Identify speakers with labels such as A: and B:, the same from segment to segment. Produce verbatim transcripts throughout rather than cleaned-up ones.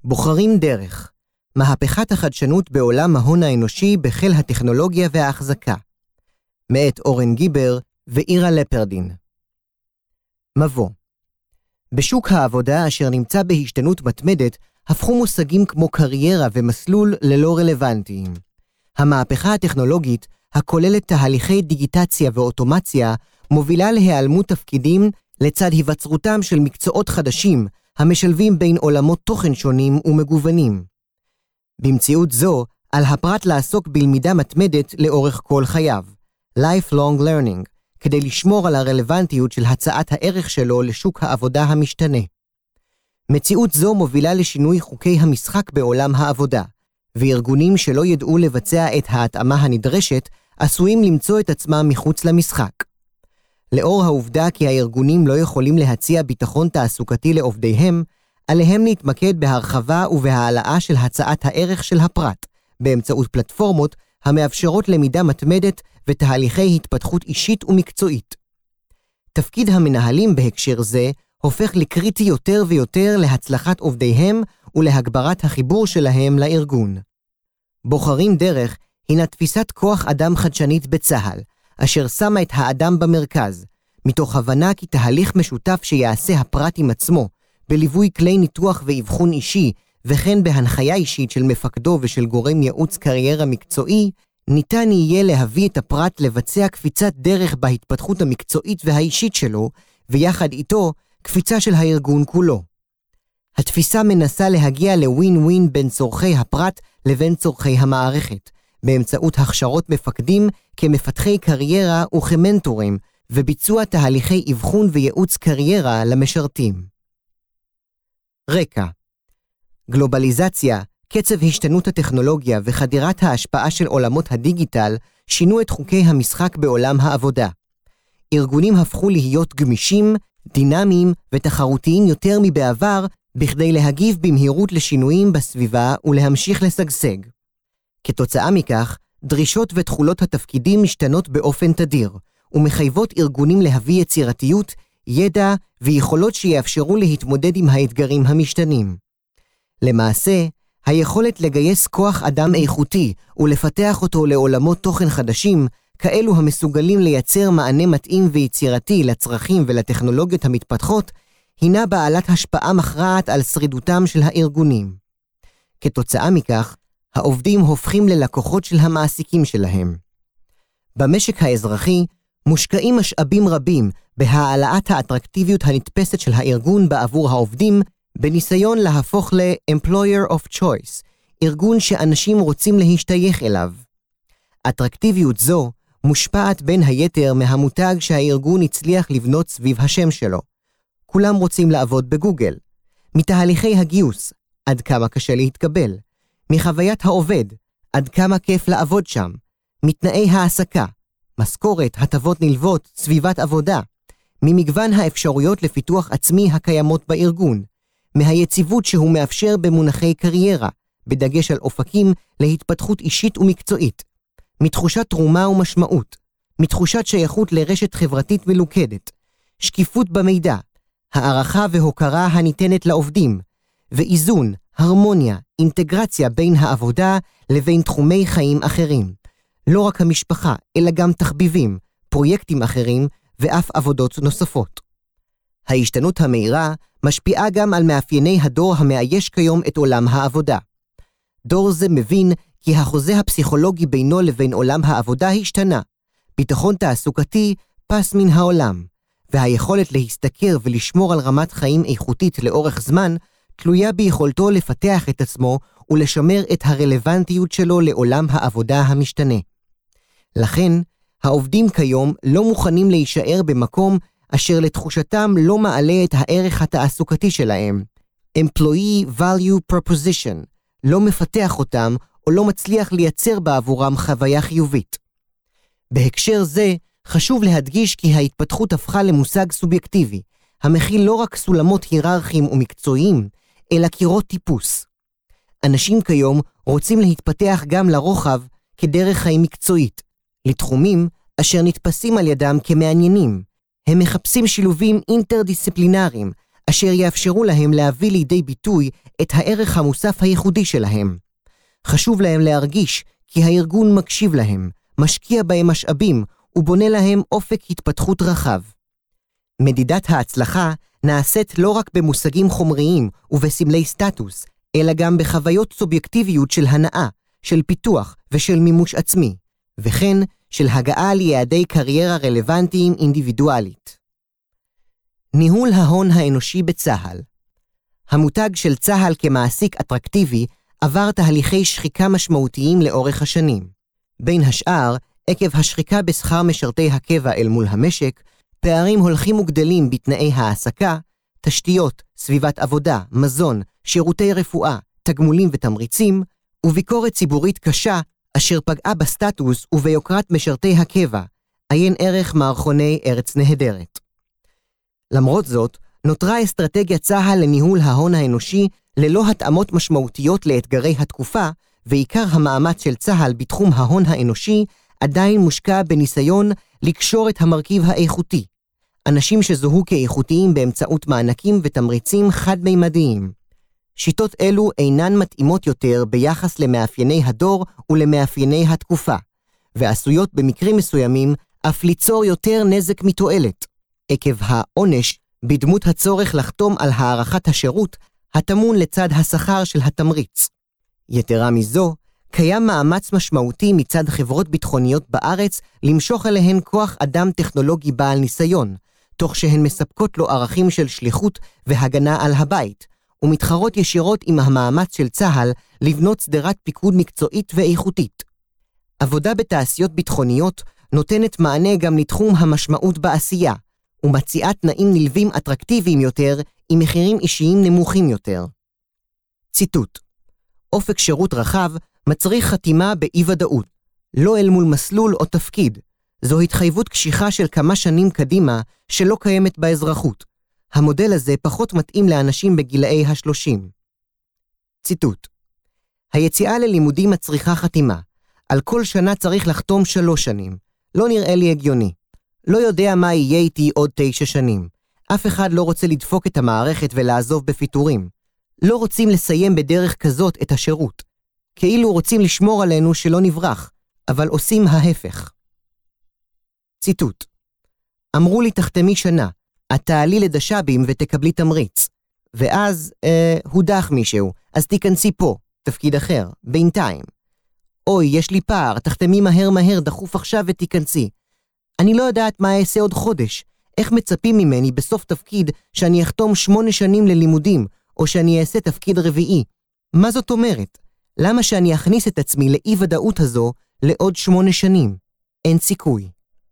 A: בוחרים דרך, מהפכת החדשנות בעולם ההון האנושי בחיל הטכנולוגיה וההחזקה. מאת אורן גיבר ואירה לפרדין. מבוא. בשוק העבודה אשר נמצא בהשתנות מתמדת, הפכו מושגים כמו קריירה ומסלול ללא רלוונטיים. המהפכה הטכנולוגית, הכוללת תהליכי דיגיטציה ואוטומציה, מובילה להיעלמות תפקידים לצד היווצרותם של מקצועות חדשים, המשלבים בין עולמות תוכן שונים ומגוונים. במציאות זו, על הפרט לעסוק בלמידה מתמדת לאורך כל חייו, lifelong learning, כדי לשמור על הרלוונטיות של הצעת הערך שלו לשוק העבודה המשתנה. מציאות זו מובילה לשינוי חוקי המשחק בעולם העבודה, וארגונים שלא ידעו לבצע את ההתאמה הנדרשת, עשויים למצוא את עצמם מחוץ למשחק. לאור העובדה כי הארגונים לא יכולים להציע ביטחון תעסוקתי לעובדיהם, עליהם להתמקד בהרחבה ובהעלאה של הצעת הערך של הפרט, באמצעות פלטפורמות המאפשרות למידה מתמדת ותהליכי התפתחות אישית ומקצועית. תפקיד המנהלים בהקשר זה הופך לקריטי יותר ויותר להצלחת עובדיהם ולהגברת החיבור שלהם לארגון. בוחרים דרך הינה תפיסת כוח אדם חדשנית בצה"ל, אשר שמה את האדם במרכז, מתוך הבנה כי תהליך משותף שיעשה הפרט עם עצמו, בליווי כלי ניתוח ואבחון אישי, וכן בהנחיה אישית של מפקדו ושל גורם ייעוץ קריירה מקצועי, ניתן יהיה להביא את הפרט לבצע קפיצת דרך בהתפתחות המקצועית והאישית שלו, ויחד איתו קפיצה של הארגון כולו. התפיסה מנסה להגיע לווין ווין בין צורכי הפרט לבין צורכי המערכת, באמצעות הכשרות מפקדים כמפתחי קריירה וכמנטורים, וביצוע תהליכי אבחון וייעוץ קריירה למשרתים. רקע. גלובליזציה, קצב השתנות הטכנולוגיה וחדירת ההשפעה של עולמות הדיגיטל שינו את חוקי המשחק בעולם העבודה. ארגונים הפכו להיות גמישים, דינמיים ותחרותיים יותר מבעבר, בכדי להגיב במהירות לשינויים בסביבה ולהמשיך לשגשג. כתוצאה מכך, דרישות ותכולות התפקידים משתנות באופן תדיר, ומחייבות ארגונים להביא יצירתיות, ידע ויכולות שיאפשרו להתמודד עם האתגרים המשתנים. למעשה, היכולת לגייס כוח אדם איכותי ולפתח אותו לעולמות תוכן חדשים, כאלו המסוגלים לייצר מענה מתאים ויצירתי לצרכים ולטכנולוגיות המתפתחות, הינה בעלת השפעה מכרעת על שרידותם של הארגונים. כתוצאה מכך, העובדים הופכים ללקוחות של המעסיקים שלהם. במשק האזרחי, מושקעים משאבים רבים בהעלאת האטרקטיביות הנתפסת של הארגון בעבור העובדים, בניסיון להפוך ל-Employer of Choice, ארגון שאנשים רוצים להשתייך אליו. אטרקטיביות זו מושפעת בין היתר מהמותג שהארגון הצליח לבנות סביב השם שלו. כולם רוצים לעבוד בגוגל. מתהליכי הגיוס, עד כמה קשה להתקבל. מחוויית העובד, עד כמה כיף לעבוד שם. מתנאי העסקה, משכורת, הטבות נלוות, סביבת עבודה. ממגוון האפשרויות לפיתוח עצמי הקיימות בארגון. מהיציבות שהוא מאפשר במונחי קריירה, בדגש על אופקים להתפתחות אישית ומקצועית. מתחושת תרומה ומשמעות. מתחושת שייכות לרשת חברתית מלוכדת. שקיפות במידע. הערכה והוקרה הניתנת לעובדים. ואיזון, הרמוניה, אינטגרציה בין העבודה לבין תחומי חיים אחרים. לא רק המשפחה, אלא גם תחביבים, פרויקטים אחרים ואף עבודות נוספות. ההשתנות המהירה משפיעה גם על מאפייני הדור המאייש כיום את עולם העבודה. דור זה מבין כי החוזה הפסיכולוגי בינו לבין עולם העבודה השתנה. ביטחון תעסוקתי פס מן העולם, והיכולת להסתכר ולשמור על רמת חיים איכותית לאורך זמן תלויה ביכולתו לפתח את עצמו ולשמר את הרלוונטיות שלו לעולם העבודה המשתנה. לכן, העובדים כיום לא מוכנים להישאר במקום אשר לתחושתם לא מעלה את הערך התעסוקתי שלהם. Employee Value Proposition לא מפתח אותם או לא מצליח לייצר בעבורם חוויה חיובית. בהקשר זה, חשוב להדגיש כי ההתפתחות הפכה למושג סובייקטיבי, המכיל לא רק סולמות היררכיים ומקצועיים, אלא קירות טיפוס. אנשים כיום רוצים להתפתח גם לרוחב כדרך חיים מקצועית, לתחומים אשר נתפסים על ידם כמעניינים. הם מחפשים שילובים אינטרדיסציפלינריים, אשר יאפשרו להם להביא לידי ביטוי את הערך המוסף הייחודי שלהם. חשוב להם להרגיש כי הארגון מקשיב להם, משקיע בהם משאבים ובונה להם אופק התפתחות רחב. מדידת ההצלחה נעשית לא רק במושגים חומריים ובסמלי סטטוס, אלא גם בחוויות סובייקטיביות של הנאה, של פיתוח ושל מימוש עצמי, וכן של הגעה ליעדי קריירה רלוונטיים אינדיבידואלית. ניהול ההון האנושי בצה"ל. המותג של צה"ל כמעסיק אטרקטיבי עבר תהליכי שחיקה משמעותיים לאורך השנים. בין השאר, עקב השחיקה בשכר משרתי הקבע אל מול המשק, פערים הולכים וגדלים בתנאי העסקה, תשתיות, סביבת עבודה, מזון, שירותי רפואה, תגמולים ותמריצים, וביקורת ציבורית קשה אשר פגעה בסטטוס וביוקרת משרתי הקבע, עיין ערך מערכוני ארץ נהדרת. למרות זאת, נותרה אסטרטגיית צה"ל לניהול ההון האנושי ללא התאמות משמעותיות לאתגרי התקופה, ועיקר המאמץ של צה"ל בתחום ההון האנושי עדיין מושקע בניסיון לקשור את המרכיב האיכותי. אנשים שזוהו כאיכותיים באמצעות מענקים ותמריצים חד-מימדיים. שיטות אלו אינן מתאימות יותר ביחס למאפייני הדור ולמאפייני התקופה, ועשויות במקרים מסוימים אף ליצור יותר נזק מתועלת, עקב העונש בדמות הצורך לחתום על הארכת השירות הטמון לצד השכר של התמריץ. יתרה מזו, קיים מאמץ משמעותי מצד חברות ביטחוניות בארץ למשוך אליהן כוח אדם טכנולוגי בעל ניסיון, תוך שהן מספקות לו ערכים של שליחות והגנה על הבית, ומתחרות ישירות עם המאמץ של צה"ל לבנות סדרת פיקוד מקצועית ואיכותית. עבודה בתעשיות ביטחוניות נותנת מענה גם לתחום המשמעות בעשייה, ומציעה תנאים נלווים אטרקטיביים יותר עם מחירים אישיים נמוכים יותר. ציטוט: אופק שירות רחב מצריך חתימה באי-ודאות, לא אל מול מסלול או תפקיד. זו התחייבות קשיחה של כמה שנים קדימה שלא קיימת באזרחות. המודל הזה פחות מתאים לאנשים בגילאי השלושים. ציטוט: היציאה ללימודים מצריכה חתימה. על כל שנה צריך לחתום שלוש שנים. לא נראה לי הגיוני. לא יודע מה יהיה איתי עוד תשע שנים. אף אחד לא רוצה לדפוק את המערכת ולעזוב בפיטורים. לא רוצים לסיים בדרך כזאת את השירות. כאילו רוצים לשמור עלינו שלא נברח, אבל עושים ההפך. ציטוט: אמרו לי תחתמי שנה, את תעלי לדשבים ותקבלי תמריץ. ואז, אה, הודח מישהו, אז תיכנסי פה, תפקיד אחר, בינתיים. אוי, יש לי פער, תחתמי מהר מהר, דחוף עכשיו ותיכנסי. אני לא יודעת מה אעשה עוד חודש. איך מצפים ממני בסוף תפקיד שאני אחתום שמונה שנים ללימודים, או שאני אעשה תפקיד רביעי? מה זאת אומרת? למה שאני אכניס את עצמי לאי ודאות הזו לעוד שמונה שנים? אין סיכוי.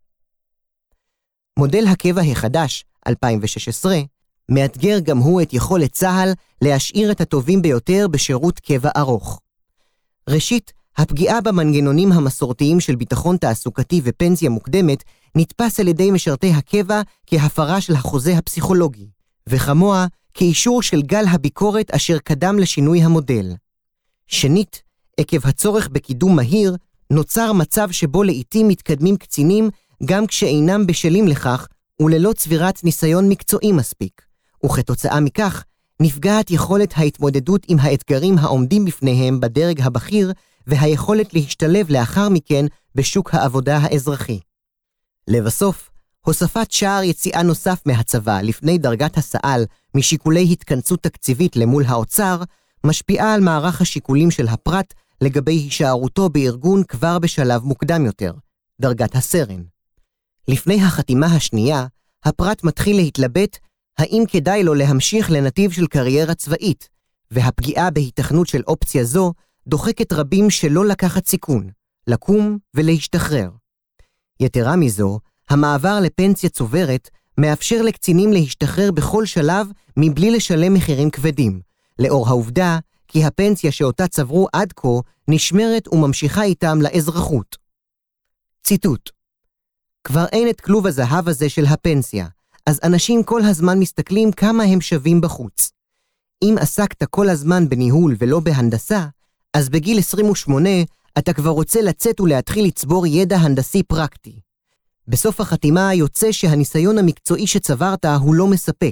A: מודל הקבע החדש, אלפיים ושש עשרה, מאתגר גם הוא את יכולת צה"ל להשאיר את הטובים ביותר בשירות קבע ארוך. ראשית, הפגיעה במנגנונים המסורתיים של ביטחון תעסוקתי ופנסיה מוקדמת נתפס על ידי משרתי הקבע כהפרה של החוזה הפסיכולוגי, וכמוה כאישור של גל הביקורת אשר קדם לשינוי המודל. שנית, עקב הצורך בקידום מהיר, נוצר מצב שבו לעתים מתקדמים קצינים גם כשאינם בשלים לכך וללא צבירת ניסיון מקצועי מספיק, וכתוצאה מכך נפגעת יכולת ההתמודדות עם האתגרים העומדים בפניהם בדרג הבכיר והיכולת להשתלב לאחר מכן בשוק העבודה האזרחי. לבסוף, הוספת שער יציאה נוסף מהצבא לפני דרגת הסעל משיקולי התכנסות תקציבית למול האוצר, משפיעה על מערך השיקולים של הפרט לגבי הישארותו בארגון כבר בשלב מוקדם יותר, דרגת הסרן. לפני החתימה השנייה, הפרט מתחיל להתלבט האם כדאי לו להמשיך לנתיב של קריירה צבאית, והפגיעה בהיתכנות של אופציה זו דוחקת רבים שלא לקחת סיכון, לקום ולהשתחרר. יתרה מזו, המעבר לפנסיה צוברת מאפשר לקצינים להשתחרר בכל שלב מבלי לשלם מחירים כבדים, לאור העובדה כי הפנסיה שאותה צברו עד כה נשמרת וממשיכה איתם לאזרחות. ציטוט: כבר אין את כלוב הזהב הזה של הפנסיה, אז אנשים כל הזמן מסתכלים כמה הם שווים בחוץ. אם עסקת כל הזמן בניהול ולא בהנדסה, אז בגיל עשרים ושמונה אתה כבר רוצה לצאת ולהתחיל לצבור ידע הנדסי פרקטי. בסוף החתימה יוצא שהניסיון המקצועי שצברת הוא לא מספק,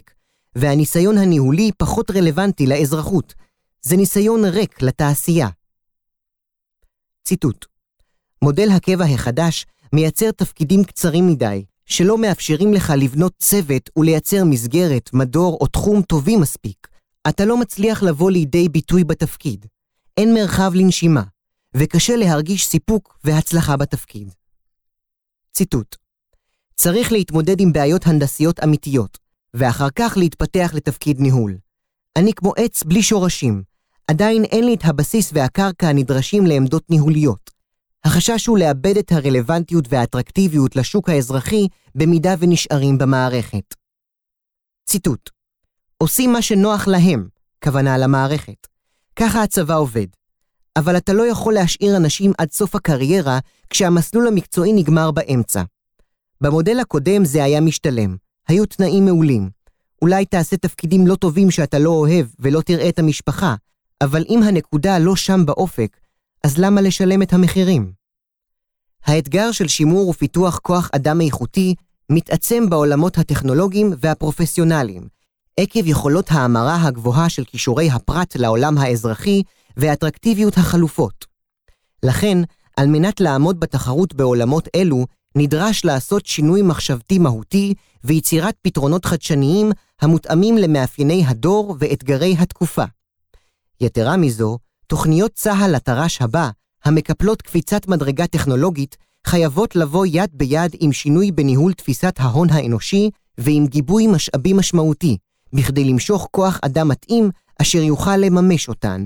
A: והניסיון הניהולי פחות רלוונטי לאזרחות. זה ניסיון ריק לתעשייה. ציטוט: מודל הקבע החדש מייצר תפקידים קצרים מדי, שלא מאפשרים לך לבנות צוות ולייצר מסגרת, מדור או תחום טובים מספיק. אתה לא מצליח לבוא לידי ביטוי בתפקיד. אין מרחב לנשימה, וקשה להרגיש סיפוק והצלחה בתפקיד. ציטוט: צריך להתמודד עם בעיות הנדסיות אמיתיות, ואחר כך להתפתח לתפקיד ניהול. אני כמו עץ בלי שורשים. עדיין אין לי את הבסיס והקרקע הנדרשים לעמדות ניהוליות. החשש הוא לאבד את הרלוונטיות והאטרקטיביות לשוק האזרחי במידה ונשארים במערכת. ציטוט: עושים מה שנוח להם, כוונה למערכת. ככה הצבא עובד. אבל אתה לא יכול להשאיר אנשים עד סוף הקריירה כשהמסלול המקצועי נגמר באמצע. במודל הקודם זה היה משתלם. היו תנאים מעולים. אולי תעשה תפקידים לא טובים שאתה לא אוהב ולא תראה את המשפחה, אבל אם הנקודה לא שם באופק, אז למה לשלם את המחירים? האתגר של שימור ופיתוח כוח אדם איכותי מתעצם בעולמות הטכנולוגיים והפרופסיונליים, עקב יכולות האמרה הגבוהה של כישורי הפרט לעולם האזרחי והאטרקטיביות החלופות. לכן, על מנת לעמוד בתחרות בעולמות אלו, נדרש לעשות שינוי מחשבתי מהותי ויצירת פתרונות חדשניים המותאמים למאפייני הדור ואתגרי התקופה. יתרה מזו, תוכניות צה"ל לתר"ש הבא, המקפלות קפיצת מדרגה טכנולוגית, חייבות לבוא יד ביד עם שינוי בניהול תפיסת ההון האנושי ועם גיבוי משאבי משמעותי, בכדי למשוך כוח אדם מתאים אשר יוכל לממש אותן.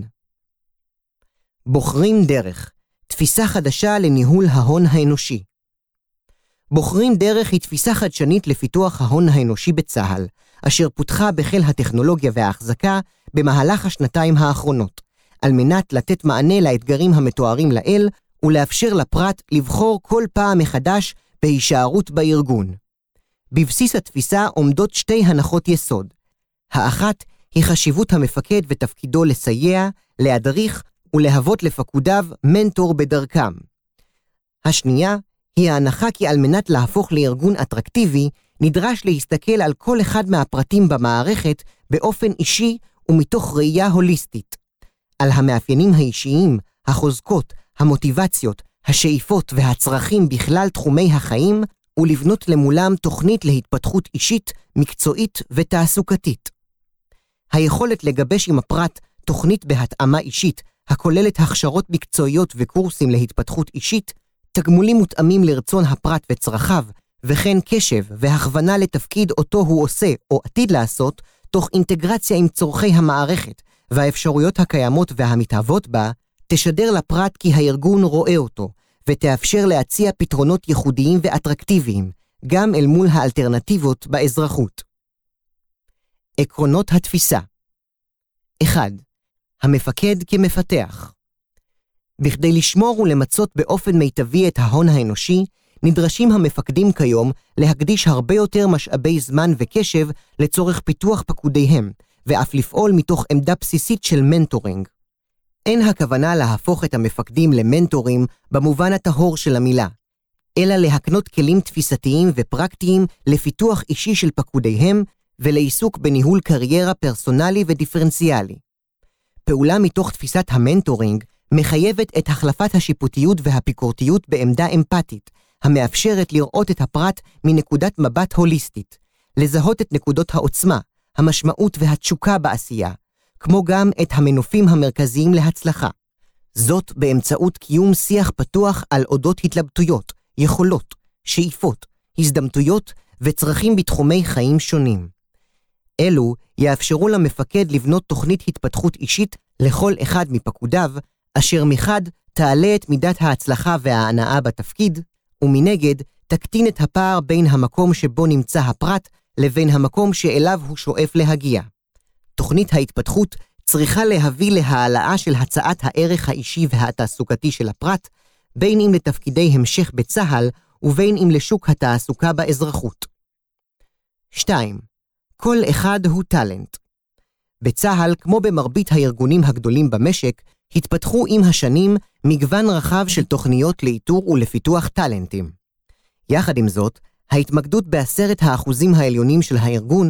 A: בוחרים דרך, תפיסה חדשה לניהול ההון האנושי. בוחרים דרך היא תפיסה חדשנית לפיתוח ההון האנושי בצה"ל, אשר פותחה בחיל הטכנולוגיה וההחזקה במהלך השנתיים האחרונות, על מנת לתת מענה לאתגרים המתוארים לאל ולאפשר לפרט לבחור כל פעם מחדש בהישארות בארגון. בבסיס התפיסה עומדות שתי הנחות יסוד. האחת היא חשיבות המפקד ותפקידו לסייע, להדריך ולהוות לפקודיו מנטור בדרכם. השנייה היא ההנחה כי על מנת להפוך לארגון אטרקטיבי, נדרש להסתכל על כל אחד מהפרטים במערכת באופן אישי ומתוך ראייה הוליסטית. על המאפיינים האישיים, החוזקות, המוטיבציות, השאיפות והצרכים בכלל תחומי החיים, ולבנות למולם תוכנית להתפתחות אישית, מקצועית ותעסוקתית. היכולת לגבש עם הפרט תוכנית בהתאמה אישית, הכוללת הכשרות מקצועיות וקורסים להתפתחות אישית, תגמולים מותאמים לרצון הפרט וצרכיו, וכן קשב והכוונה לתפקיד אותו הוא עושה או עתיד לעשות, תוך אינטגרציה עם צורכי המערכת והאפשרויות הקיימות והמתהוות בה, תשדר לפרט כי הארגון רואה אותו, ותאפשר להציע פתרונות ייחודיים ואטרקטיביים, גם אל מול האלטרנטיבות באזרחות. עקרונות התפיסה. אחד. המפקד כמפתח. בכדי לשמור ולמצות באופן מיטבי את ההון האנושי, נדרשים המפקדים כיום להקדיש הרבה יותר משאבי זמן וקשב לצורך פיתוח פקודיהם, ואף לפעול מתוך עמדה בסיסית של מנטורינג. אין הכוונה להפוך את המפקדים למנטורים במובן הטהור של המילה, אלא להקנות כלים תפיסתיים ופרקטיים לפיתוח אישי של פקודיהם ולעיסוק בניהול קריירה פרסונלי ודיפרנציאלי. פעולה מתוך תפיסת המנטורינג מחייבת את החלפת השיפוטיות והפיקורתיות בעמדה אמפתית, המאפשרת לראות את הפרט מנקודת מבט הוליסטית, לזהות את נקודות העוצמה, המשמעות והתשוקה בעשייה, כמו גם את המנופים המרכזיים להצלחה. זאת באמצעות קיום שיח פתוח על אודות התלבטויות, יכולות, שאיפות, הזדמנויות וצרכים בתחומי חיים שונים. אלו יאפשרו למפקד לבנות תוכנית התפתחות אישית לכל אחד מפקודיו, אשר מחד תעלה את מידת ההצלחה וההנאה בתפקיד, ומנגד תקטין את הפער בין המקום שבו נמצא הפרט לבין המקום שאליו הוא שואף להגיע. תוכנית ההתפתחות צריכה להביא להעלאה של הצעת הערך האישי והתעסוקתי של הפרט, בין אם לתפקידי המשך בצה"ל ובין אם לשוק התעסוקה באזרחות. שתיים. כל אחד הוא טלנט. בצה"ל, כמו במרבית הארגונים הגדולים במשק, התפתחו עם השנים מגוון רחב של תוכניות לאיתור ולפיתוח טלנטים. יחד עם זאת, ההתמקדות בעשרת האחוזים העליונים של הארגון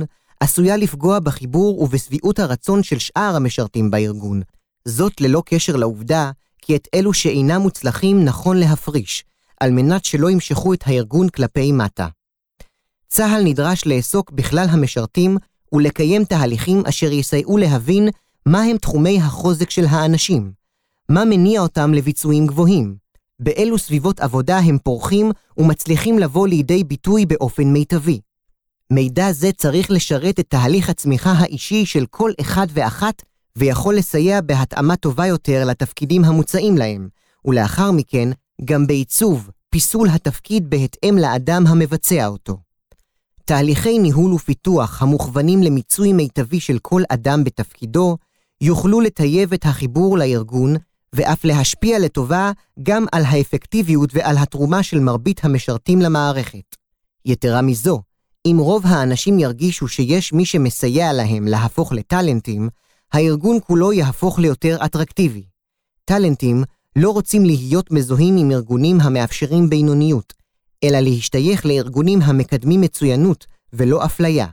A: עשויה לפגוע בחיבור ובשביעות הרצון של שאר המשרתים בארגון, זאת ללא קשר לעובדה כי את אלו שאינם מוצלחים נכון להפריש, על מנת שלא ימשכו את הארגון כלפי מטה. צה"ל נדרש לעסוק בכלל המשרתים ולקיים תהליכים אשר יסייעו להבין מהם תחומי החוזק של האנשים, מה מניע אותם לביצועים גבוהים, באילו סביבות עבודה הם פורחים ומצליחים לבוא לידי ביטוי באופן מיטבי. מידע זה צריך לשרת את תהליך הצמיחה האישי של כל אחד ואחת, ויכול לסייע בהתאמה טובה יותר לתפקידים המוצעים להם, ולאחר מכן גם בעיצוב, פיסול התפקיד בהתאם לאדם המבצע אותו. תהליכי ניהול ופיתוח המוכוונים למיצוי מיטבי של כל אדם בתפקידו, יוכלו לטייב את החיבור לארגון, ואף להשפיע לטובה גם על האפקטיביות ועל התרומה של מרבית המשרתים למערכת. יתרה מזו, אם רוב האנשים ירגישו שיש מי שמסייע להם להפוך לטלנטים, הארגון כולו יהפוך ליותר אטרקטיבי. טלנטים לא רוצים להיות מזוהים עם ארגונים המאפשרים בינוניות, אלא להשתייך לארגונים המקדמים מצוינות ולא אפליה.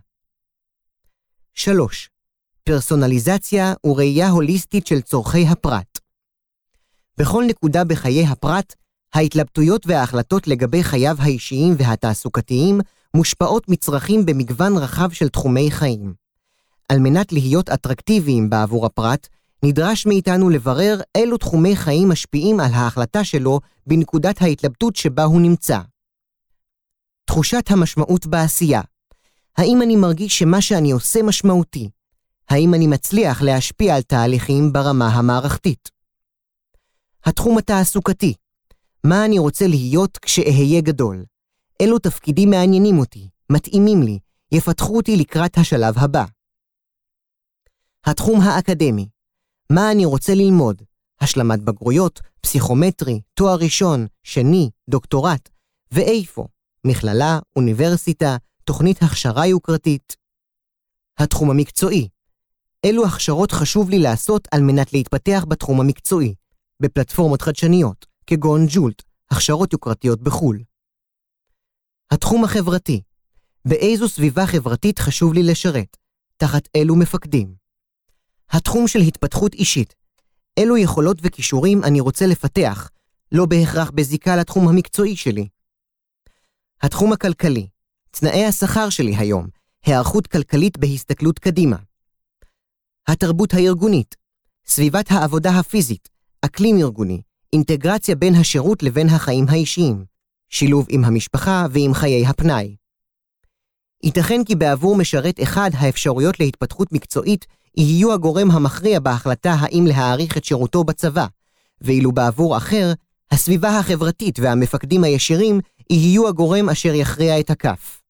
A: שלוש. פרסונליזציה וראייה הוליסטית של צורכי הפרט. בכל נקודה בחיי הפרט, ההתלבטויות וההחלטות לגבי חייו האישיים והתעסוקתיים מושפעות מצרכים במגוון רחב של תחומי חיים. על מנת להיות אטרקטיביים בעבור הפרט, נדרש מאיתנו לברר אילו תחומי חיים משפיעים על ההחלטה שלו בנקודת ההתלבטות שבה הוא נמצא. תחושת המשמעות בעשייה. האם אני מרגיש שמה שאני עושה משמעותי? האם אני מצליח להשפיע על תהליכים ברמה המערכתית? התחום התעסוקתי. מה אני רוצה להיות כשאהיה גדול? אילו תפקידים מעניינים אותי, מתאימים לי, יפתחו אותי לקראת השלב הבא. התחום האקדמי. מה אני רוצה ללמוד? השלמת בגרויות, פסיכומטרי, תואר ראשון, שני, דוקטורט, ואיפה? מכללה, אוניברסיטה, תוכנית הכשרה יוקרתית. התחום המקצועי. אילו הכשרות חשוב לי לעשות על מנת להתפתח בתחום המקצועי, בפלטפורמות חדשניות, כגון ג'ולט, הכשרות יוקרתיות בחול. התחום החברתי. באיזו סביבה חברתית חשוב לי לשרת, תחת אילו מפקדים. התחום של התפתחות אישית. אילו יכולות וכישורים אני רוצה לפתח, לא בהכרח בזיקה לתחום המקצועי שלי. התחום הכלכלי. תנאי השכר שלי היום, הערכות כלכלית בהסתכלות קדימה. התרבות הארגונית. סביבת העבודה הפיזית, אקלים ארגוני, אינטגרציה בין השירות לבין החיים האישיים, שילוב עם המשפחה ועם חיי הפנאי. ייתכן כי בעבור משרת אחד האפשרויות להתפתחות מקצועית יהיו הגורם המכריע בהחלטה האם להאריך את שירותו בצבא, ואילו בעבור אחר, הסביבה החברתית והמפקדים הישירים יהיו הגורם אשר יכריע את הכף.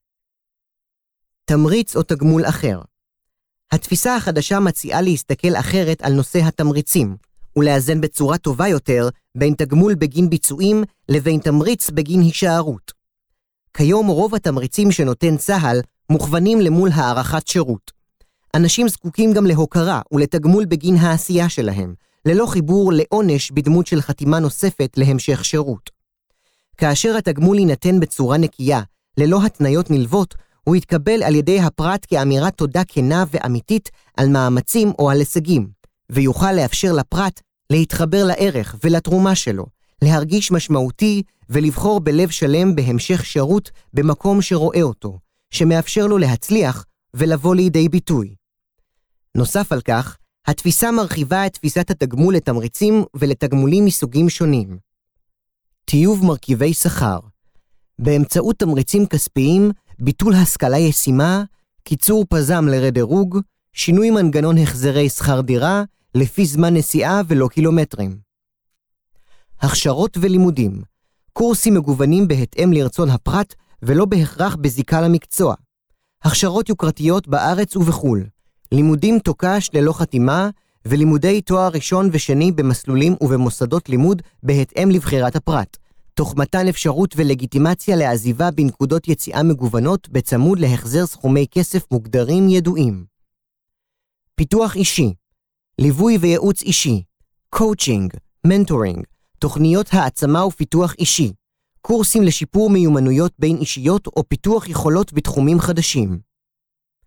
A: תמריץ או תגמול אחר. התפיסה החדשה מציעה להסתכל אחרת על נושא התמריצים, ולאזן בצורה טובה יותר בין תגמול בגין ביצועים לבין תמריץ בגין הישארות. כיום רוב התמריצים שנותן צה"ל מוכוונים למול הערכת שירות. אנשים זקוקים גם להוקרה ולתגמול בגין העשייה שלהם, ללא חיבור לעונש בדמות של חתימה נוספת להמשך שירות. כאשר התגמול יינתן בצורה נקייה, ללא התניות נלוות, הוא יתקבל על ידי הפרט כאמירת תודה כנה ואמיתית על מאמצים או על הישגים, ויוכל לאפשר לפרט להתחבר לערך ולתרומה שלו, להרגיש משמעותי ולבחור בלב שלם בהמשך שירות במקום שרואה אותו, שמאפשר לו להצליח ולבוא לידי ביטוי. נוסף על כך, התפיסה מרחיבה את תפיסת התגמול לתמריצים ולתגמולים מסוגים שונים. טיוב מרכיבי שכר. באמצעות תמריצים כספיים, ביטול השכלה ישימה, קיצור פזם לרדירוג, שינוי מנגנון החזרי שכר דירה, לפי זמן נסיעה ולא קילומטרים. הכשרות ולימודים. קורסים מגוונים בהתאם לרצון הפרט ולא בהכרח בזיקה למקצוע. הכשרות יוקרתיות בארץ ובחול. לימודים תוקש ללא חתימה ולימודי תואר ראשון ושני במסלולים ובמוסדות לימוד בהתאם לבחירת הפרט, תוך מתן אפשרות ולגיטימציה לעזיבה בנקודות יציאה מגוונות בצמוד להחזר סכומי כסף מוגדרים ידועים. פיתוח אישי. ליווי וייעוץ אישי, קואוצ'ינג, מנטורינג, תוכניות העצמה ופיתוח אישי, קורסים לשיפור מיומנויות בין אישיות או פיתוח יכולות בתחומים חדשים.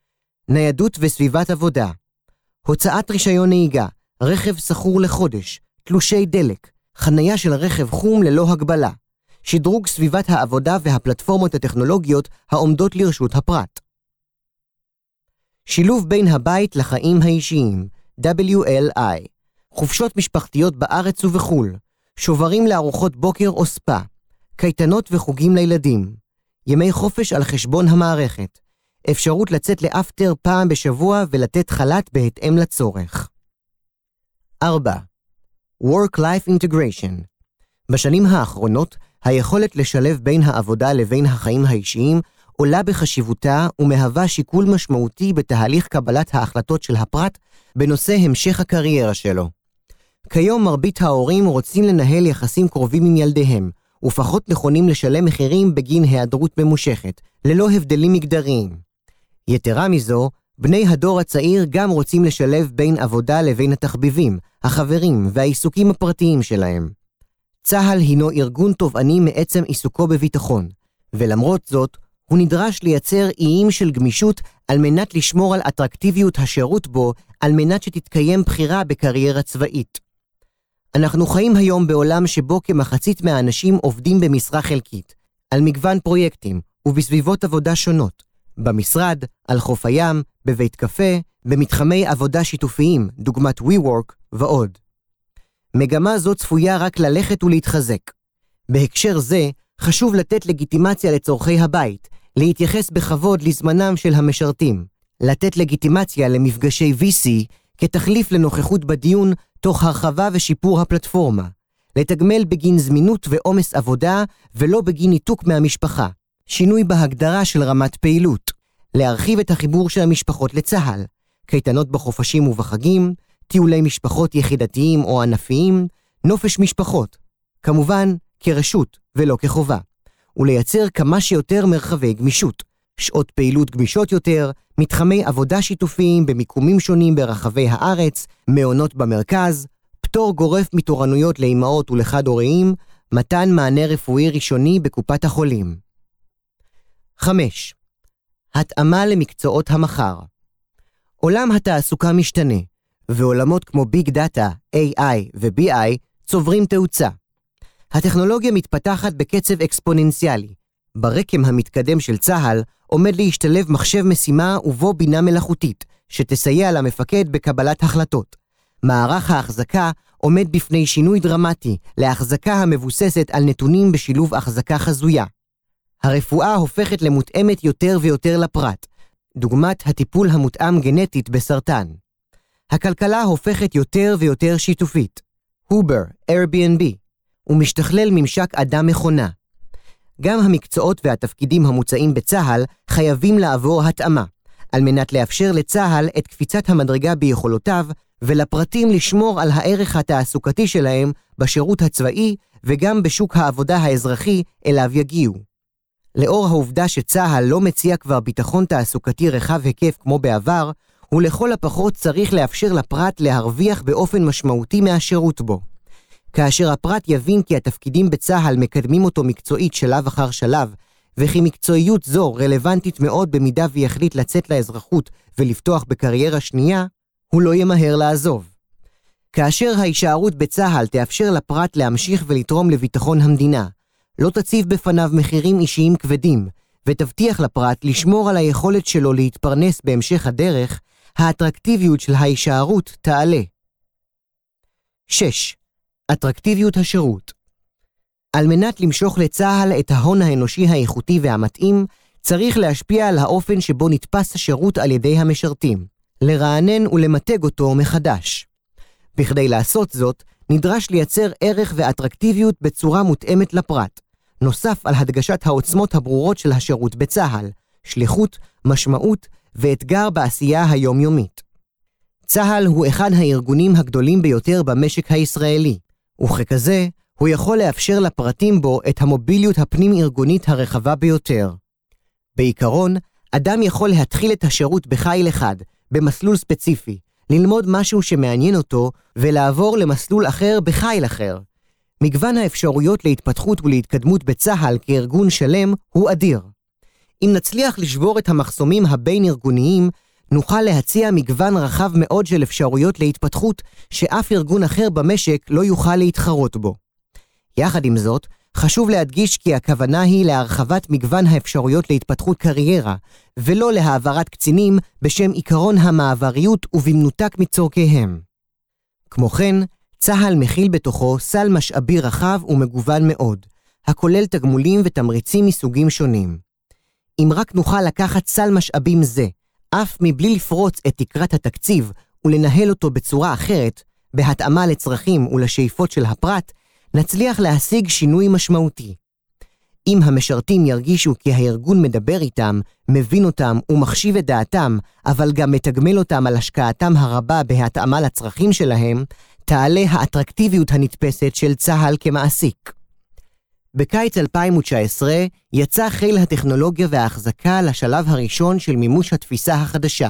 A: ניידות וסביבת עבודה, הוצאת רישיון נהיגה, רכב סחור לחודש, תלושי דלק, חנייה של רכב חום ללא הגבלה, שדרוג סביבת העבודה והפלטפורמות הטכנולוגיות העומדות לרשות הפרט. שילוב בין הבית לחיים האישיים, דאבליו אל איי, חופשות משפחתיות בארץ ובחול, שוברים לארוחות בוקר או ספה, קייטנות וחוגים לילדים, ימי חופש על חשבון המערכת, אפשרות לצאת לאפטר פעם בשבוע ולתת חל"ת בהתאם לצורך. ארבע. Work-Life Integration. בשנים האחרונות, היכולת לשלב בין העבודה לבין החיים האישיים עולה בחשיבותה ומהווה שיקול משמעותי בתהליך קבלת ההחלטות של הפרט בנושא המשך הקריירה שלו. כיום מרבית ההורים רוצים לנהל יחסים קרובים עם ילדיהם, ופחות נכונים לשלם מחירים בגין היעדרות ממושכת, ללא הבדלים מגדריים. יתרה מזו, בני הדור הצעיר גם רוצים לשלב בין עבודה לבין התחביבים, החברים והעיסוקים הפרטיים שלהם. צה"ל הינו ארגון תובעני מעצם עיסוקו בביטחון, ולמרות זאת, הוא נדרש לייצר איים של גמישות על מנת לשמור על אטרקטיביות השירות בו, על מנת שתתקיים בחירה בקריירה צבאית. אנחנו חיים היום בעולם שבו כמחצית מהאנשים עובדים במשרה חלקית, על מגוון פרויקטים ובסביבות עבודה שונות, במשרד, על חוף הים, בבית קפה, במתחמי עבודה שיתופיים, דוגמת WeWork ועוד. מגמה זו צפויה רק ללכת ולהתחזק. בהקשר זה, חשוב לתת לגיטימציה לצורכי הבית, להתייחס בכבוד לזמנם של המשרתים, לתת לגיטימציה למפגשי וי סי כתחליף לנוכחות בדיון תוך הרחבה ושיפור הפלטפורמה, לתגמל בגין זמינות ועומס עבודה ולא בגין ניתוק מהמשפחה, שינוי בהגדרה של רמת פעילות, להרחיב את החיבור של המשפחות לצה"ל, קייטנות בחופשים ובחגים, טיולי משפחות יחידתיים או ענפיים, נופש משפחות, כמובן כרשות ולא כחובה, ולייצר כמה שיותר מרחבי גמישות, שעות פעילות גמישות יותר, מתחמי עבודה שיתופיים במיקומים שונים ברחבי הארץ, מעונות במרכז, פטור גורף מתורנויות לאימהות ולחד הוריים, מתן מענה רפואי ראשוני בקופת החולים. חמש. התאמה למקצועות המחר. עולם התעסוקה משתנה, ועולמות כמו ביג דאטה, איי איי ו-בי איי צוברים תאוצה. הטכנולוגיה מתפתחת בקצב אקספוננציאלי. ברקם המתקדם של צה"ל עומד להשתלב מחשב משימה ובו בינה מלאכותית, שתסייע למפקד בקבלת החלטות. מערך ההחזקה עומד בפני שינוי דרמטי להחזקה המבוססת על נתונים בשילוב החזקה חזויה. הרפואה הופכת למותאמת יותר ויותר לפרט, דוגמת הטיפול המותאם גנטית בסרטן. הכלכלה הופכת יותר ויותר שיתופית. הובר, אייר-בי-אן-בי, ומשתכלל ממשק אדם מכונה. גם המקצועות והתפקידים המוצעים בצה"ל חייבים לעבור התאמה, על מנת לאפשר לצה"ל את קפיצת המדרגה ביכולותיו, ולפרטים לשמור על הערך התעסוקתי שלהם בשירות הצבאי וגם בשוק העבודה האזרחי אליו יגיעו. לאור העובדה שצה"ל לא מציע כבר ביטחון תעסוקתי רחב היקף כמו בעבר, הוא לכל הפחות צריך לאפשר לפרט להרוויח באופן משמעותי מהשירות בו. כאשר הפרט יבין כי התפקידים בצה"ל מקדמים אותו מקצועית שלב אחר שלב, וכי מקצועיות זו רלוונטית מאוד במידה ויחליט לצאת לאזרחות ולפתוח בקריירה שנייה, הוא לא ימהר לעזוב. כאשר ההישארות בצה"ל תאפשר לפרט להמשיך ולתרום לביטחון המדינה, לא תציב בפניו מחירים אישיים כבדים, ותבטיח לפרט לשמור על היכולת שלו להתפרנס בהמשך הדרך, האטרקטיביות של ההישארות תעלה. שש. אטרקטיביות השירות. על מנת למשוך לצה"ל את ההון האנושי האיכותי והמתאים, צריך להשפיע על האופן שבו נתפס השירות על ידי המשרתים, לרענן ולמתג אותו מחדש. בכדי לעשות זאת, נדרש לייצר ערך ואטרקטיביות בצורה מותאמת לפרט, נוסף על הדגשת העוצמות הברורות של השירות בצה"ל, שליחות, משמעות ואתגר בעשייה היומיומית. צה"ל הוא אחד הארגונים הגדולים ביותר במשק הישראלי, וככזה הוא יכול לאפשר לפרטים בו את המוביליות הפנים-ארגונית הרחבה ביותר. בעיקרון, אדם יכול להתחיל את השירות בחיל אחד, במסלול ספציפי, ללמוד משהו שמעניין אותו ולעבור למסלול אחר בחיל אחר. מגוון האפשרויות להתפתחות ולהתקדמות בצה"ל כארגון שלם הוא אדיר. אם נצליח לשבור את המחסומים הבין-ארגוניים, נוכל להציע מגוון רחב מאוד של אפשרויות להתפתחות שאף ארגון אחר במשק לא יוכל להתחרות בו. יחד עם זאת, חשוב להדגיש כי הכוונה היא להרחבת מגוון האפשרויות להתפתחות קריירה, ולא להעברת קצינים בשם עיקרון המעבריות ובמנותק מצורכיהם. כמו כן, צה"ל מכיל בתוכו סל משאבי רחב ומגוון מאוד, הכולל תגמולים ותמריצים מסוגים שונים. אם רק נוכל לקחת סל משאבים זה, אף מבלי לפרוץ את תקרת התקציב ולנהל אותו בצורה אחרת, בהתאמה לצרכים ולשאיפות של הפרט, נצליח להשיג שינוי משמעותי. אם המשרתים ירגישו כי הארגון מדבר איתם, מבין אותם ומחשיב את דעתם, אבל גם מתגמל אותם על השקעתם הרבה בהתאמה לצרכים שלהם, תעלה האטרקטיביות הנתפסת של צה"ל כמעסיק. בקיץ אלפיים תשע עשרה יצא חיל הטכנולוגיה וההחזקה לשלב הראשון של מימוש התפיסה החדשה.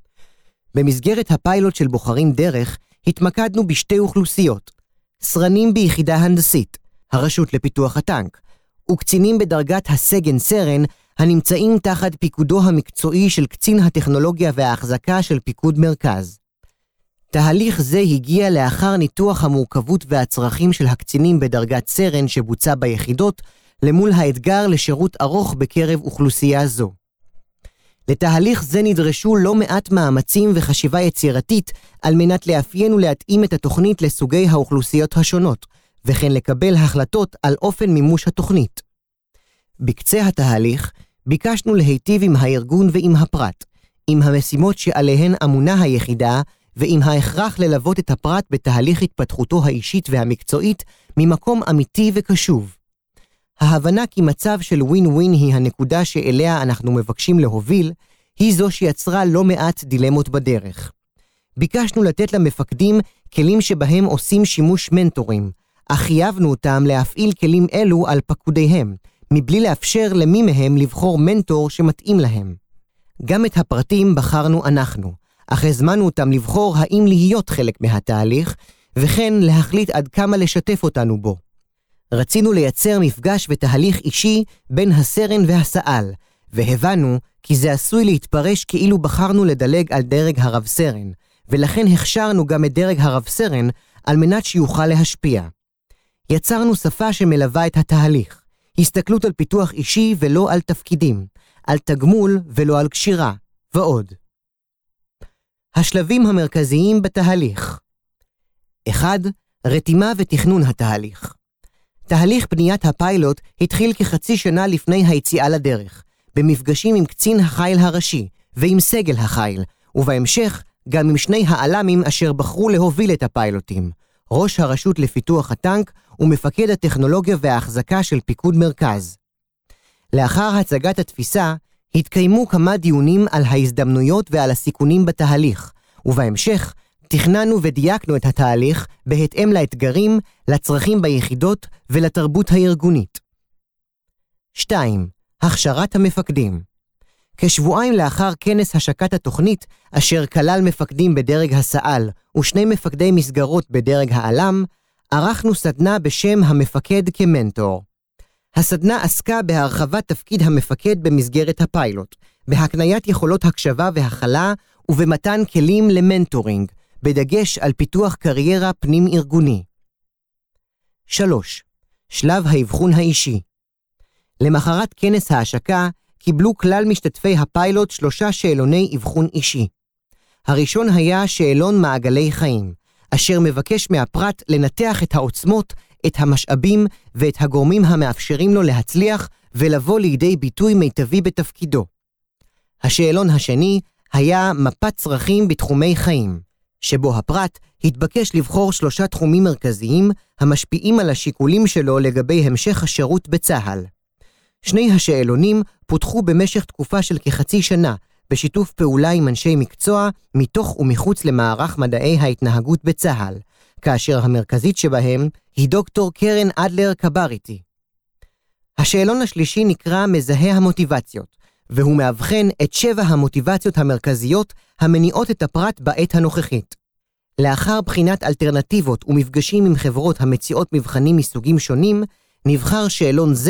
A: במסגרת הפיילוט של בוחרים דרך, התמקדנו בשתי אוכלוסיות, סרנים ביחידה הנדסית, הרשות לפיתוח הטנק, וקצינים בדרגת הסגן סרן הנמצאים תחת פיקודו המקצועי של קצין הטכנולוגיה וההחזקה של פיקוד מרכז. תהליך זה הגיע לאחר ניתוח המורכבות והצרכים של הקצינים בדרגת סרן שבוצע ביחידות, למול האתגר לשירות ארוך בקרב אוכלוסייה זו. לתהליך זה נדרשו לא מעט מאמצים וחשיבה יצירתית על מנת לאפיין ולהתאים את התוכנית לסוגי האוכלוסיות השונות, וכן לקבל החלטות על אופן מימוש התוכנית. בקצה התהליך ביקשנו להיטיב עם הארגון ועם הפרט, עם המשימות שעליהן אמונה היחידה, ועם ההכרח ללוות את הפרט בתהליך התפתחותו האישית והמקצועית ממקום אמיתי וקשוב. ההבנה כי מצב של ווין ווין היא הנקודה שאליה אנחנו מבקשים להוביל, היא זו שיצרה לא מעט דילמות בדרך. ביקשנו לתת למפקדים כלים שבהם עושים שימוש מנטורים, אך חייבנו אותם להפעיל כלים אלו על פקודיהם, מבלי לאפשר למי מהם לבחור מנטור שמתאים להם. גם את הפרטים בחרנו אנחנו, אך הזמנו אותם לבחור האם להיות חלק מהתהליך, וכן להחליט עד כמה לשתף אותנו בו. רצינו לייצר מפגש ותהליך אישי בין הסרן והסא"ל, והבנו כי זה עשוי להתפרש כאילו בחרנו לדלג על דרג הרב סרן, ולכן הכשרנו גם את דרג הרב סרן על מנת שיוכל להשפיע. יצרנו שפה שמלווה את התהליך, הסתכלות על פיתוח אישי ולא על תפקידים, על תגמול ולא על קשירה, ועוד. השלבים המרכזיים בתהליך. אחד. רתימה ותכנון התהליך. תהליך בניית הפיילוט התחיל כחצי שנה לפני היציאה לדרך, במפגשים עם קצין החיל הראשי ועם סגל החיל, ובהמשך גם עם שני העלמים אשר בחרו להוביל את הפיילוטים, ראש הרשות לפיתוח הטנק ומפקד הטכנולוגיה וההחזקה של פיקוד מרכז. לאחר הצגת התפיסה, התקיימו כמה דיונים על ההזדמנויות ועל הסיכונים בתהליך, ובהמשך תכננו ודייקנו את התהליך בהתאם לאתגרים, לצרכים ביחידות ולתרבות הארגונית. שתיים. הכשרת המפקדים. כשבועיים לאחר כנס השקת התוכנית, אשר כלל מפקדים בדרג הסא"ל ושני מפקדי מסגרות בדרג העלם, ערכנו סדנה בשם המפקד כמנטור. הסדנה עסקה בהרחבת תפקיד המפקד במסגרת הפיילוט, בהקניית יכולות הקשבה והכלה ובמתן כלים למנטורינג, בדגש על פיתוח קריירה פנים-ארגוני. שלוש. שלב האבחון האישי. למחרת כנס ההשקה קיבלו כלל משתתפי הפיילוט שלושה שאלוני אבחון אישי. הראשון היה שאלון מעגלי חיים, אשר מבקש מהפרט לנתח את העוצמות, את המשאבים ואת הגורמים המאפשרים לו להצליח ולבוא לידי ביטוי מיטבי בתפקידו. השאלון השני היה מפת צרכים בתחומי חיים, שבו הפרט התבקש לבחור שלושה תחומים מרכזיים המשפיעים על השיקולים שלו לגבי המשך השירות בצה"ל. שני השאלונים פותחו במשך תקופה של כחצי שנה, בשיתוף פעולה עם אנשי מקצוע מתוך ומחוץ למערך מדעי ההתנהגות בצה"ל, כאשר המרכזית שבהם היא דוקטור קרן אדלר קבריטי. השאלון השלישי נקרא מזהה המוטיבציות, והוא מאבחן את שבע המוטיבציות המרכזיות המניעות את הפרט בעת הנוכחית. לאחר בחינת אלטרנטיבות ומפגשים עם חברות המציעות מבחנים מסוגים שונים, נבחר שאלון זה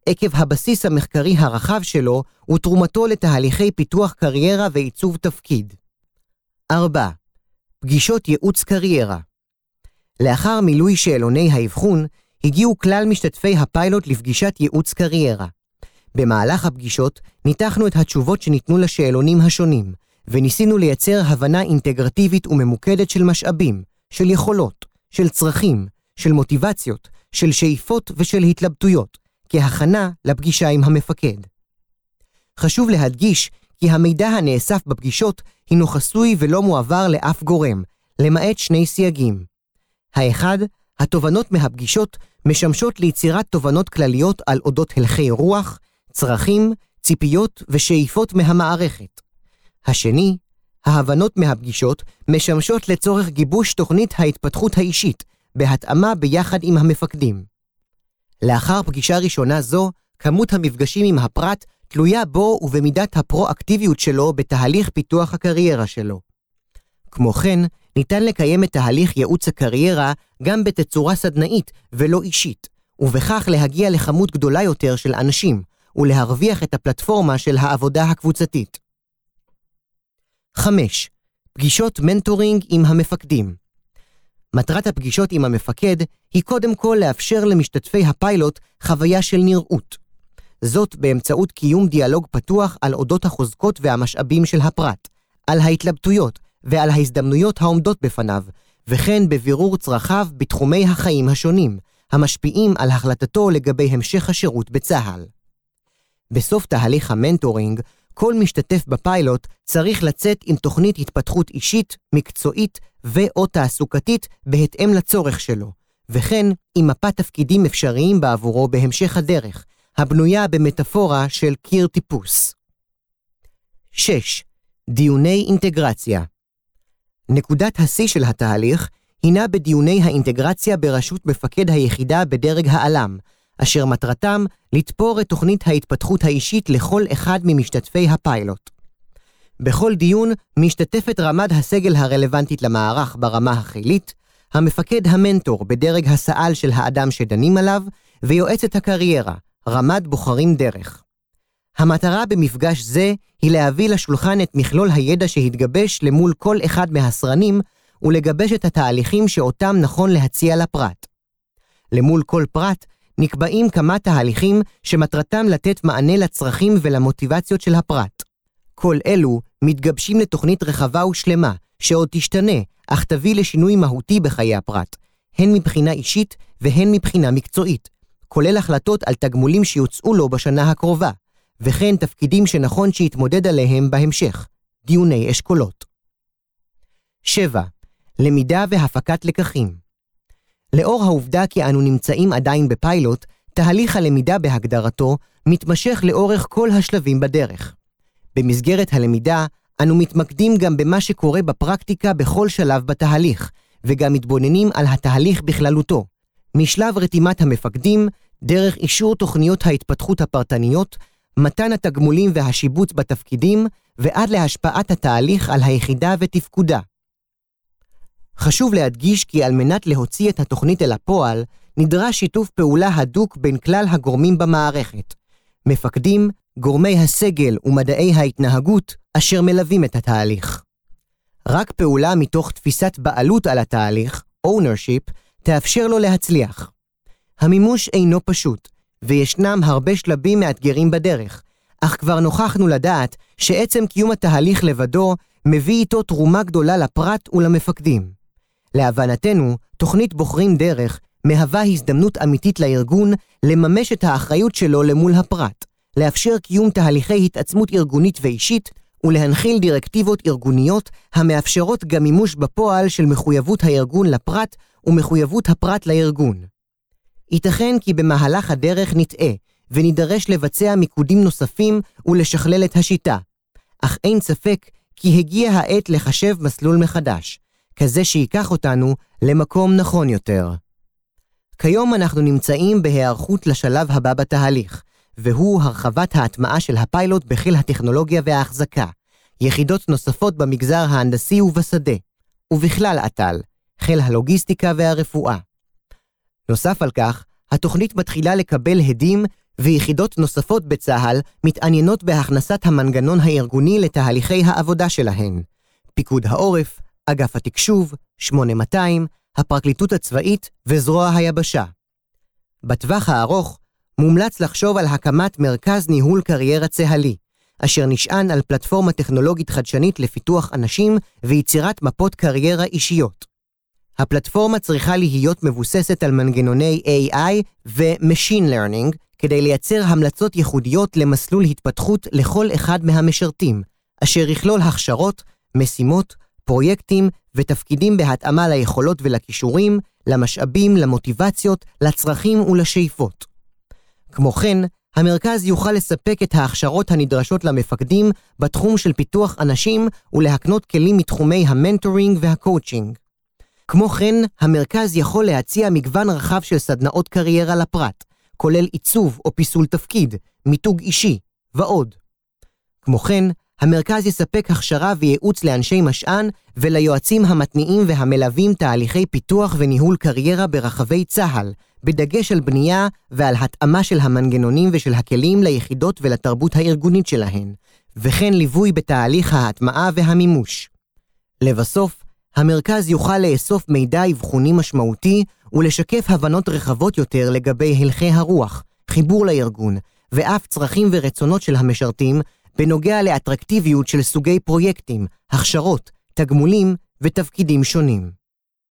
A: עקב הבסיס המחקרי הרחב שלו ותרומתו לתהליכי פיתוח קריירה ועיצוב תפקיד. ארבע. פגישות ייעוץ קריירה. לאחר מילוי שאלוני האבחון, הגיעו כלל משתתפי הפיילוט לפגישת ייעוץ קריירה. במהלך הפגישות ניתחנו את התשובות שניתנו לשאלונים השונים, וניסינו לייצר הבנה אינטגרטיבית וממוקדת של משאבים, של יכולות, של צרכים, של מוטיבציות, של שאיפות ושל התלבטויות, כהכנה לפגישה עם המפקד. חשוב להדגיש כי המידע הנאסף בפגישות הינו חסוי ולא מועבר לאף גורם, למעט שני סייגים. האחד, התובנות מהפגישות משמשות ליצירת תובנות כלליות על אודות הלכי רוח, צרכים, ציפיות ושאיפות מהמערכת. השני, ההבנות מהפגישות משמשות לצורך גיבוש תוכנית ההתפתחות האישית, בהתאמה ביחד עם המפקדים. לאחר פגישה ראשונה זו, כמות המפגשים עם הפרט תלויה בו ובמידת הפרואקטיביות שלו בתהליך פיתוח הקריירה שלו. כמו כן, ניתן לקיים את תהליך ייעוץ הקריירה גם בתצורה סדנאית ולא אישית, ובכך להגיע לכמות גדולה יותר של אנשים, ולהרוויח את הפלטפורמה של העבודה הקבוצתית. חמש. פגישות מנטורינג עם המפקדים. מטרת הפגישות עם המפקד היא קודם כל לאפשר למשתתפי הפיילוט חוויה של נראות. זאת באמצעות קיום דיאלוג פתוח על אודות החוזקות והמשאבים של הפרט, על ההתלבטויות ועל ההזדמנויות העומדות בפניו, וכן בבירור צרכיו בתחומי החיים השונים, המשפיעים על החלטתו לגבי המשך השירות בצה"ל. בסוף תהליך המנטורינג, כל משתתף בפיילוט צריך לצאת עם תוכנית התפתחות אישית, מקצועית ו/או תעסוקתית בהתאם לצורך שלו, וכן עם מפת תפקידים אפשריים בעבורו בהמשך הדרך, הבנויה במטאפורה של קיר טיפוס. שש. דיוני אינטגרציה. נקודת השיא של התהליך הינה בדיוני האינטגרציה בראשות מפקד היחידה בדרג העלם, אשר מטרתם לתפור את תוכנית ההתפתחות האישית לכל אחד ממשתתפי הפיילוט. בכל דיון משתתפת רמ"ד הסגל הרלוונטית למערך ברמה החילית, המפקד המנטור בדרג הסעל של האדם שדנים עליו, ויועצת הקריירה, רמ"ד בוחרים דרך. המטרה במפגש זה היא להביא לשולחן את מכלול הידע שהתגבש למול כל אחד מהסרנים, ולגבש את התהליכים שאותם נכון להציע לפרט. למול כל פרט נקבעים כמה תהליכים שמטרתם לתת מענה לצרכים ולמוטיבציות של הפרט. כל אלו מתגבשים לתוכנית רחבה ושלמה, שעוד תשתנה, אך תביא לשינוי מהותי בחיי הפרט, הן מבחינה אישית והן מבחינה מקצועית, כולל החלטות על תגמולים שיוצאו לו בשנה הקרובה, וכן תפקידים שנכון שיתמודד עליהם בהמשך, דיוני אשכולות. שבע. למידה והפקת לקחים. לאור העובדה כי אנו נמצאים עדיין בפיילוט, תהליך הלמידה בהגדרתו מתמשך לאורך כל השלבים בדרך. במסגרת הלמידה, אנו מתמקדים גם במה שקורה בפרקטיקה בכל שלב בתהליך, וגם מתבוננים על התהליך בכללותו, משלב רתימת המפקדים, דרך אישור תוכניות ההתפתחות הפרטניות, מתן התגמולים והשיבוץ בתפקידים, ועד להשפעת התהליך על היחידה ותפקודה. חשוב להדגיש כי על מנת להוציא את התוכנית אל הפועל, נדרש שיתוף פעולה הדוק בין כלל הגורמים במערכת, מפקדים, גורמי הסגל ומדעי ההתנהגות אשר מלווים את התהליך. רק פעולה מתוך תפיסת בעלות על התהליך, ownership, תאפשר לו להצליח. המימוש אינו פשוט, וישנם הרבה שלבים מאתגרים בדרך, אך כבר נוכחנו לדעת שעצם קיום התהליך לבדו מביא איתו תרומה גדולה לפרט ולמפקדים. להבנתנו, תוכנית בוחרים דרך מהווה הזדמנות אמיתית לארגון לממש את האחריות שלו למול הפרט, לאפשר קיום תהליכי התעצמות ארגונית ואישית, ולהנחיל דירקטיבות ארגוניות המאפשרות גם מימוש בפועל של מחויבות הארגון לפרט ומחויבות הפרט לארגון. ייתכן כי במהלך הדרך נטעה, ונידרש לבצע מיקודים נוספים ולשכלל את השיטה, אך אין ספק כי הגיע העת לחשב מסלול מחדש, כזה שיקח אותנו למקום נכון יותר. כיום אנחנו נמצאים בהיערכות לשלב הבא בתהליך, והוא הרחבת ההטמעה של הפיילוט בחיל הטכנולוגיה וההחזקה, יחידות נוספות במגזר ההנדסי ובשדה, ובכלל אט"ל, חיל הלוגיסטיקה והרפואה. נוסף על כך, התוכנית מתחילה לקבל הדים ויחידות נוספות בצה"ל מתעניינות בהכנסת המנגנון הארגוני לתהליכי העבודה שלהן. פיקוד העורף, אגף התקשוב, שמונה מאתיים, הפרקליטות הצבאית וזרוע היבשה. בטווח הארוך, מומלץ לחשוב על הקמת מרכז ניהול קריירה צה"לי, אשר נשען על פלטפורמה טכנולוגית חדשנית לפיתוח אנשים ויצירת מפות קריירה אישיות. הפלטפורמה צריכה להיות מבוססת על מנגנוני איי איי ו-Machine Learning, כדי לייצר המלצות ייחודיות למסלול התפתחות לכל אחד מהמשרתים, אשר יכלול הכשרות, משימות, פרויקטים ותפקידים בהתאמה ליכולות ולכישורים, למשאבים, למוטיבציות, לצרכים ולשאיפות. כמו כן, המרכז יוכל לספק את ההכשרות הנדרשות למפקדים בתחום של פיתוח אנשים ולהקנות כלים מתחומי המנטורינג והקואוצ'ינג. כמו כן, המרכז יכול להציע מגוון רחב של סדנאות קריירה לפרט, כולל עיצוב או פיסול תפקיד, מיתוג אישי ועוד. כמו כן, המרכז יספק הכשרה וייעוץ לאנשי משען וליועצים המתניעים והמלווים תהליכי פיתוח וניהול קריירה ברחבי צה"ל, בדגש על בנייה ועל התאמה של המנגנונים ושל הכלים ליחידות ולתרבות הארגונית שלהן, וכן ליווי בתהליך ההטמעה והמימוש. לבסוף, המרכז יוכל לאסוף מידע אבחוני משמעותי ולשקף הבנות רחבות יותר לגבי הלכי הרוח, חיבור לארגון, ואף צרכים ורצונות של המשרתים בנוגע לאטרקטיביות של סוגי פרויקטים, הכשרות, תגמולים ותפקידים שונים.